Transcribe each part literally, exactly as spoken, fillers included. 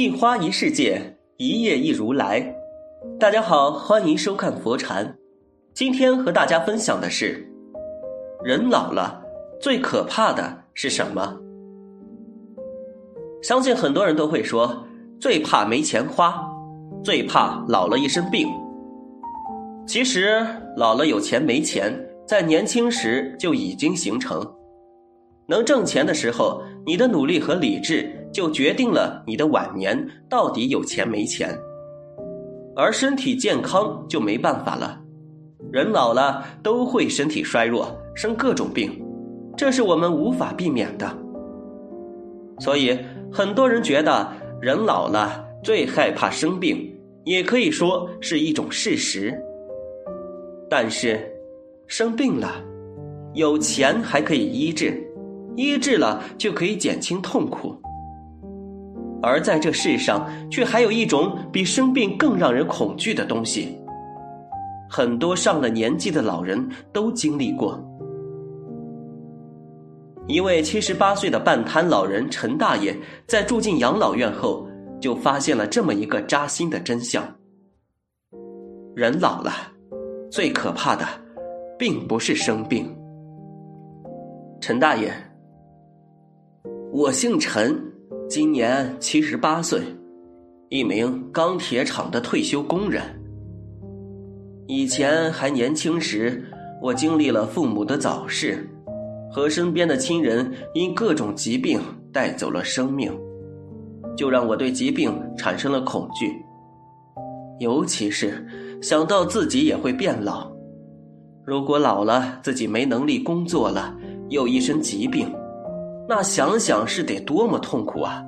一花一世界，一叶一如来。大家好，欢迎收看佛禅。今天和大家分享的是，人老了最可怕的是什么？相信很多人都会说，最怕没钱花，最怕老了一身病。其实老了有钱没钱，在年轻时就已经形成。能挣钱的时候，你的努力和理智就决定了你的晚年到底有钱没钱。而身体健康就没办法了，人老了都会身体衰弱，生各种病，这是我们无法避免的。所以很多人觉得人老了最害怕生病，也可以说是一种事实。但是生病了，有钱还可以医治，医治了就可以减轻痛苦。而在这世上却还有一种比生病更让人恐惧的东西，很多上了年纪的老人都经历过。一位七十八岁的半瘫老人陈大爷在住进养老院后，就发现了这么一个扎心的真相：人老了最可怕的并不是生病。陈大爷：我姓陈，今年七十八岁，一名钢铁厂的退休工人。以前还年轻时，我经历了父母的早逝，和身边的亲人因各种疾病带走了生命，就让我对疾病产生了恐惧。尤其是想到自己也会变老，如果老了自己没能力工作了，又一身疾病，那想想是得多么痛苦啊！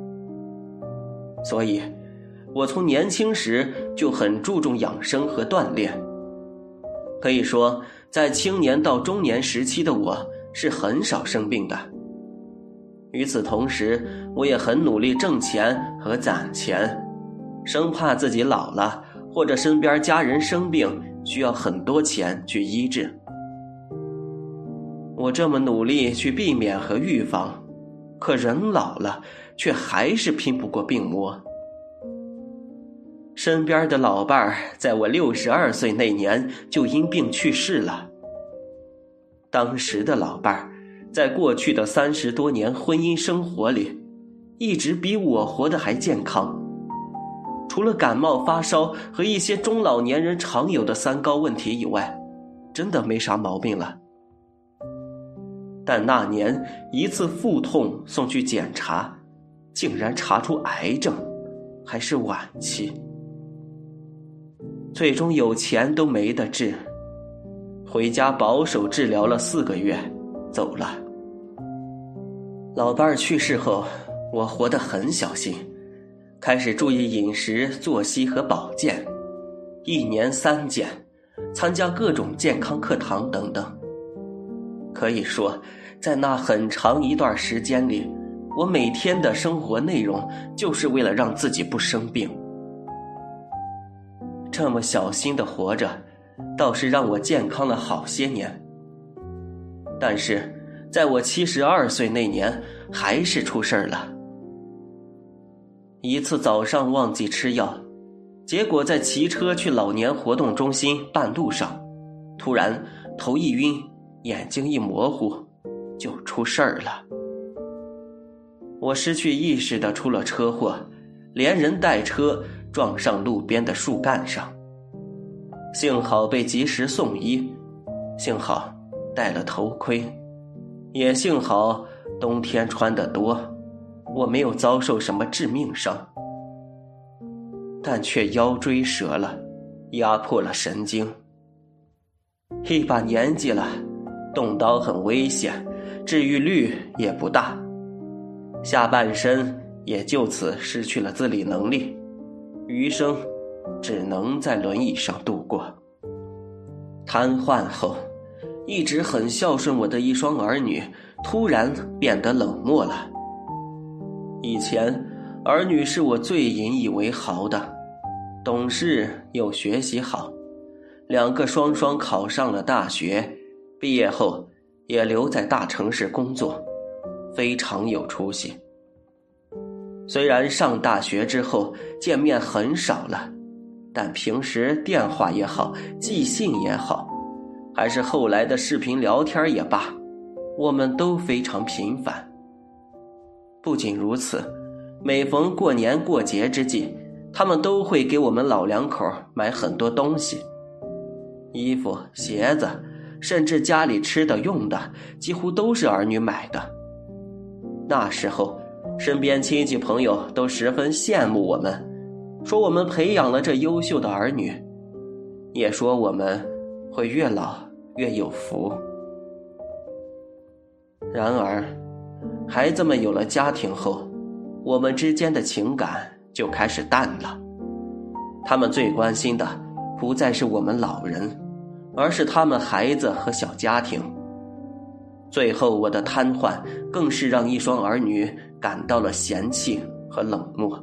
所以我从年轻时就很注重养生和锻炼。可以说在青年到中年时期的我是很少生病的。与此同时，我也很努力挣钱和攒钱，生怕自己老了或者身边家人生病需要很多钱去医治。我这么努力去避免和预防，可人老了却还是拼不过病魔。身边的老伴儿在我六十二岁那年就因病去世了。当时的老伴儿在过去的三十多年婚姻生活里，一直比我活得还健康，除了感冒发烧和一些中老年人常有的三高问题以外，真的没啥毛病了。但那年一次腹痛送去检查，竟然查出癌症，还是晚期。最终有钱都没得治，回家保守治疗了四个月，走了。老伴儿去世后，我活得很小心，开始注意饮食、作息和保健，一年三检，参加各种健康课堂等等。可以说，在那很长一段时间里，我每天的生活内容就是为了让自己不生病。这么小心的活着，倒是让我健康了好些年。但是在我七十二岁那年，还是出事儿了。一次早上忘记吃药，结果在骑车去老年活动中心半路上，突然头一晕，眼睛一模糊，就出事儿了。我失去意识地出了车祸，连人带车撞上路边的树干上，幸好被及时送医，幸好戴了头盔，也幸好冬天穿得多，我没有遭受什么致命伤，但却腰椎折了，压迫了神经。一把年纪了，动刀很危险，治愈率也不大，下半身也就此失去了自理能力，余生只能在轮椅上度过。瘫痪后，一直很孝顺我的一双儿女突然变得冷漠了。以前儿女是我最引以为豪的，懂事又学习好，两个双双考上了大学，毕业后也留在大城市工作，非常有出息。 虽然上大学之后见面很少了，但平时电话也好，寄信也好，还是后来的视频聊天也罢，我们都非常频繁。不仅如此，每逢过年过节之际，他们都会给我们老两口买很多东西，衣服、鞋子，甚至家里吃的用的，几乎都是儿女买的。那时候身边亲戚朋友都十分羡慕我们，说我们培养了这优秀的儿女，也说我们会越老越有福。然而孩子们有了家庭后，我们之间的情感就开始淡了。他们最关心的不再是我们老人，而是他们孩子和小家庭。最后我的瘫痪更是让一双儿女感到了嫌弃和冷漠。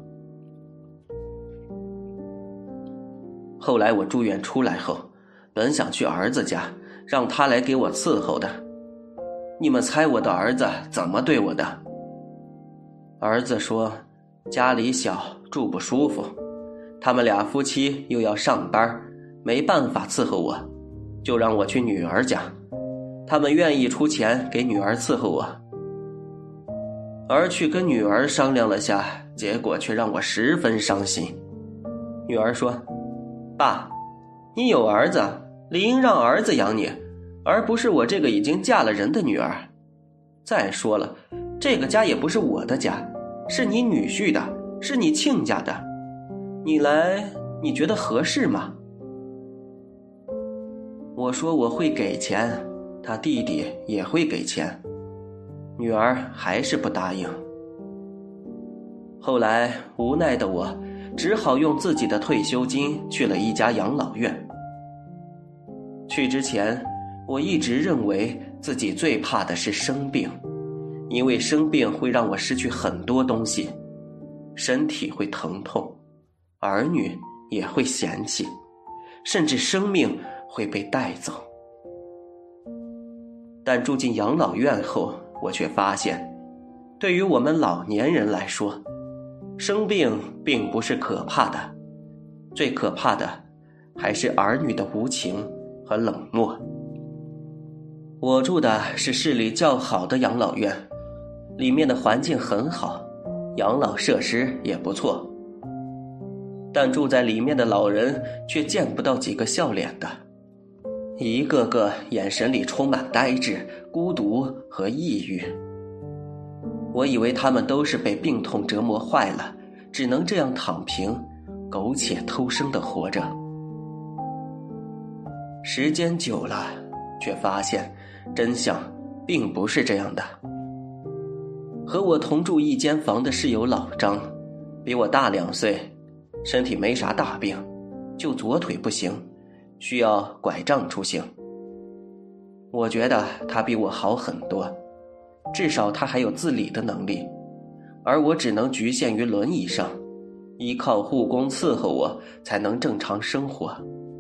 后来我住院出来后，本想去儿子家，让他来给我伺候的。你们猜我的儿子怎么对我的？儿子说家里小，住不舒服，他们俩夫妻又要上班，没办法伺候我，就让我去女儿家，他们愿意出钱给女儿伺候我。而去跟女儿商量了下，结果却让我十分伤心。女儿说，爸，你有儿子，理应让儿子养你，而不是我这个已经嫁了人的女儿。再说了，这个家也不是我的家，是你女婿的，是你亲家的，你来，你觉得合适吗？我说我会给钱，他弟弟也会给钱，女儿还是不答应。后来无奈的我只好用自己的退休金去了一家养老院。去之前我一直认为自己最怕的是生病，因为生病会让我失去很多东西，身体会疼痛，儿女也会嫌弃，甚至生命会被带走。但住进养老院后，我却发现，对于我们老年人来说，生病并不是可怕的，最可怕的还是儿女的无情和冷漠。我住的是市里较好的养老院，里面的环境很好，养老设施也不错，但住在里面的老人却见不到几个笑脸的，一个个眼神里充满呆滞、孤独和抑郁。我以为他们都是被病痛折磨坏了，只能这样躺平，苟且偷生地活着。时间久了，却发现真相并不是这样的。和我同住一间房的室友老张，比我大两岁，身体没啥大病，就左腿不行，需要拐杖出行。我觉得他比我好很多，至少他还有自理的能力，而我只能局限于轮椅上，依靠护工伺候我才能正常生活。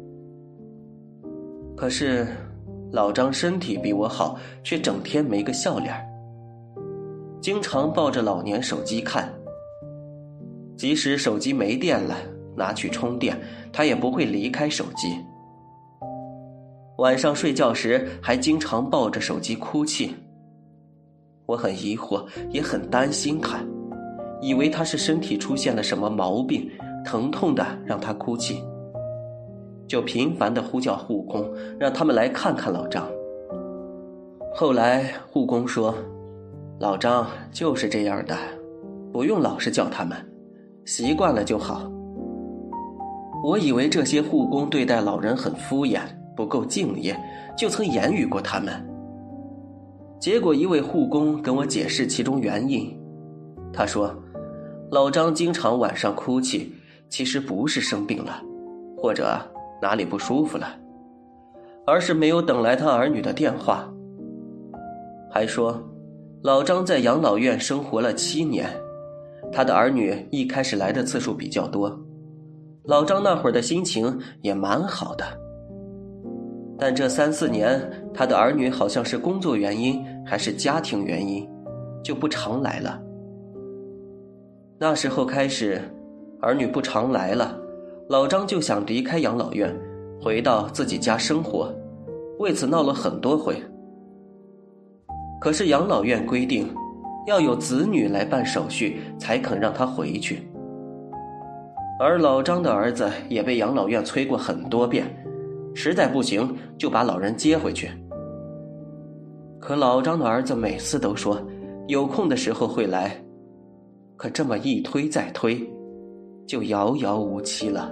可是老张身体比我好，却整天没个笑脸，经常抱着老年手机看，即使手机没电了，拿去充电，他也不会离开手机。晚上睡觉时还经常抱着手机哭泣。我很疑惑，也很担心他，以为他是身体出现了什么毛病，疼痛的让他哭泣，就频繁地呼叫护工，让他们来看看老张。后来护工说，老张就是这样的，不用老是叫他们，习惯了就好。我以为这些护工对待老人很敷衍，不够敬业，就曾言语过他们。结果一位护工跟我解释其中原因，他说老张经常晚上哭泣，其实不是生病了，或者哪里不舒服了，而是没有等来他儿女的电话。还说老张在养老院生活了七年，他的儿女一开始来的次数比较多，老张那会儿的心情也蛮好的，但这三四年他的儿女好像是工作原因还是家庭原因，就不常来了。 那时候开始，儿女不常来了，老张就想离开养老院，回到自己家生活，为此闹了很多回。可是养老院规定，要有子女来办手续才肯让他回去。而老张的儿子也被养老院催过很多遍，实在不行就把老人接回去。可老张的儿子每次都说有空的时候会来，可这么一推再推，就遥遥无期了。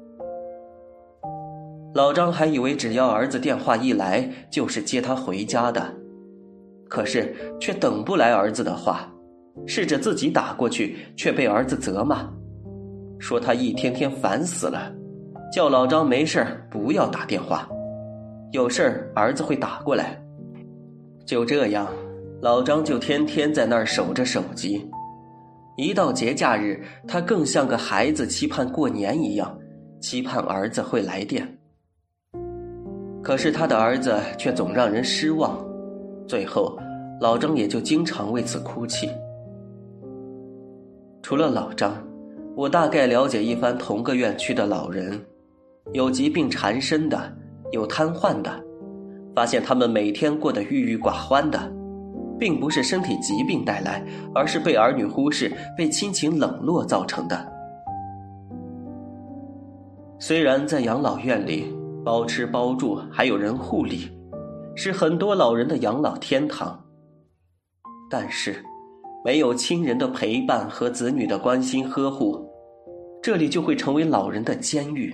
老张还以为只要儿子电话一来就是接他回家的，可是却等不来儿子的话，试着自己打过去，却被儿子责骂，说他一天天烦死了，叫老张没事不要打电话，有事儿子会打过来。就这样，老张就天天在那儿守着手机，一到节假日，他更像个孩子期盼过年一样，期盼儿子会来电。可是他的儿子却总让人失望，最后老张也就经常为此哭泣。除了老张，我大概了解一番同个院区的老人，有疾病缠身的，有瘫痪的，发现他们每天过得郁郁寡欢的，并不是身体疾病带来，而是被儿女忽视，被亲情冷落造成的。虽然在养老院里包吃包住，还有人护理，是很多老人的养老天堂，但是没有亲人的陪伴和子女的关心呵护，这里就会成为老人的监狱。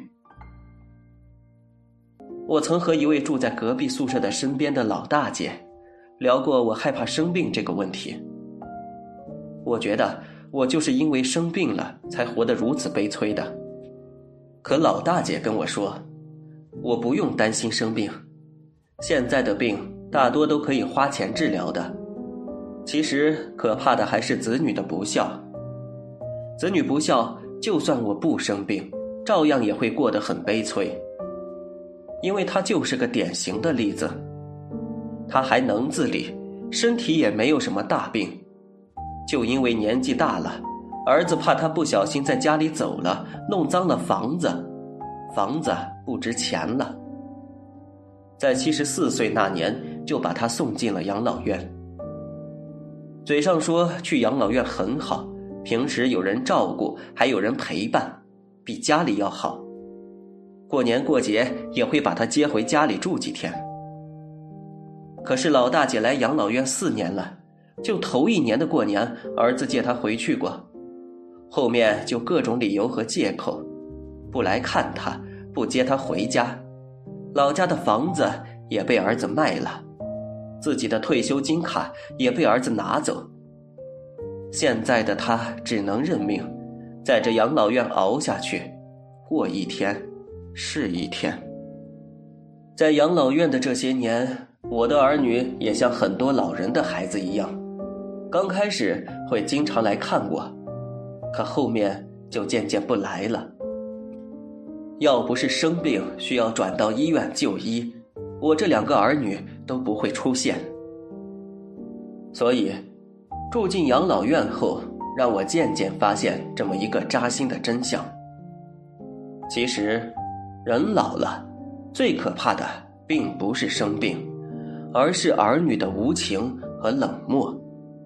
我曾和一位住在隔壁宿舍的身边的老大姐聊过我害怕生病这个问题。我觉得我就是因为生病了才活得如此悲催的。可老大姐跟我说，我不用担心生病，现在的病大多都可以花钱治疗的。其实可怕的还是子女的不孝。子女不孝，就算我不生病，照样也会过得很悲催。因为他就是个典型的例子，他还能自理，身体也没有什么大病，就因为年纪大了，儿子怕他不小心在家里走了，弄脏了房子，房子不值钱了，在七十四岁那年就把他送进了养老院。嘴上说去养老院很好，平时有人照顾，还有人陪伴，比家里要好，过年过节也会把他接回家里住几天。可是老大姐来养老院四年了，就头一年的过年，儿子接她回去过，后面就各种理由和借口，不来看她，不接她回家，老家的房子也被儿子卖了，自己的退休金卡也被儿子拿走。现在的她只能认命，在这养老院熬下去，过一天是一天。在养老院的这些年，我的儿女也像很多老人的孩子一样，刚开始会经常来看我，可后面就渐渐不来了。要不是生病需要转到医院就医，我这两个儿女都不会出现。所以住进养老院后，让我渐渐发现这么一个扎心的真相。其实人老了，最可怕的并不是生病，而是儿女的无情和冷漠。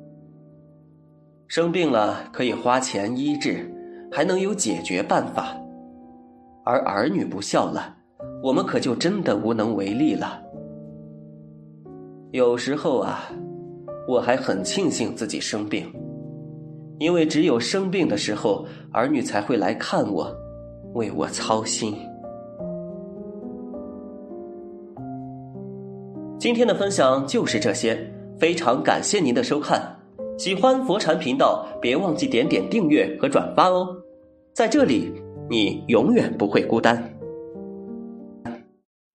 生病了可以花钱医治，还能有解决办法，而儿女不孝了，我们可就真的无能为力了。有时候啊，我还很庆幸自己生病，因为只有生病的时候，儿女才会来看我，为我操心。今天的分享就是这些，非常感谢您的收看。喜欢佛禅频道，别忘记点点订阅和转发哦。在这里，你永远不会孤单。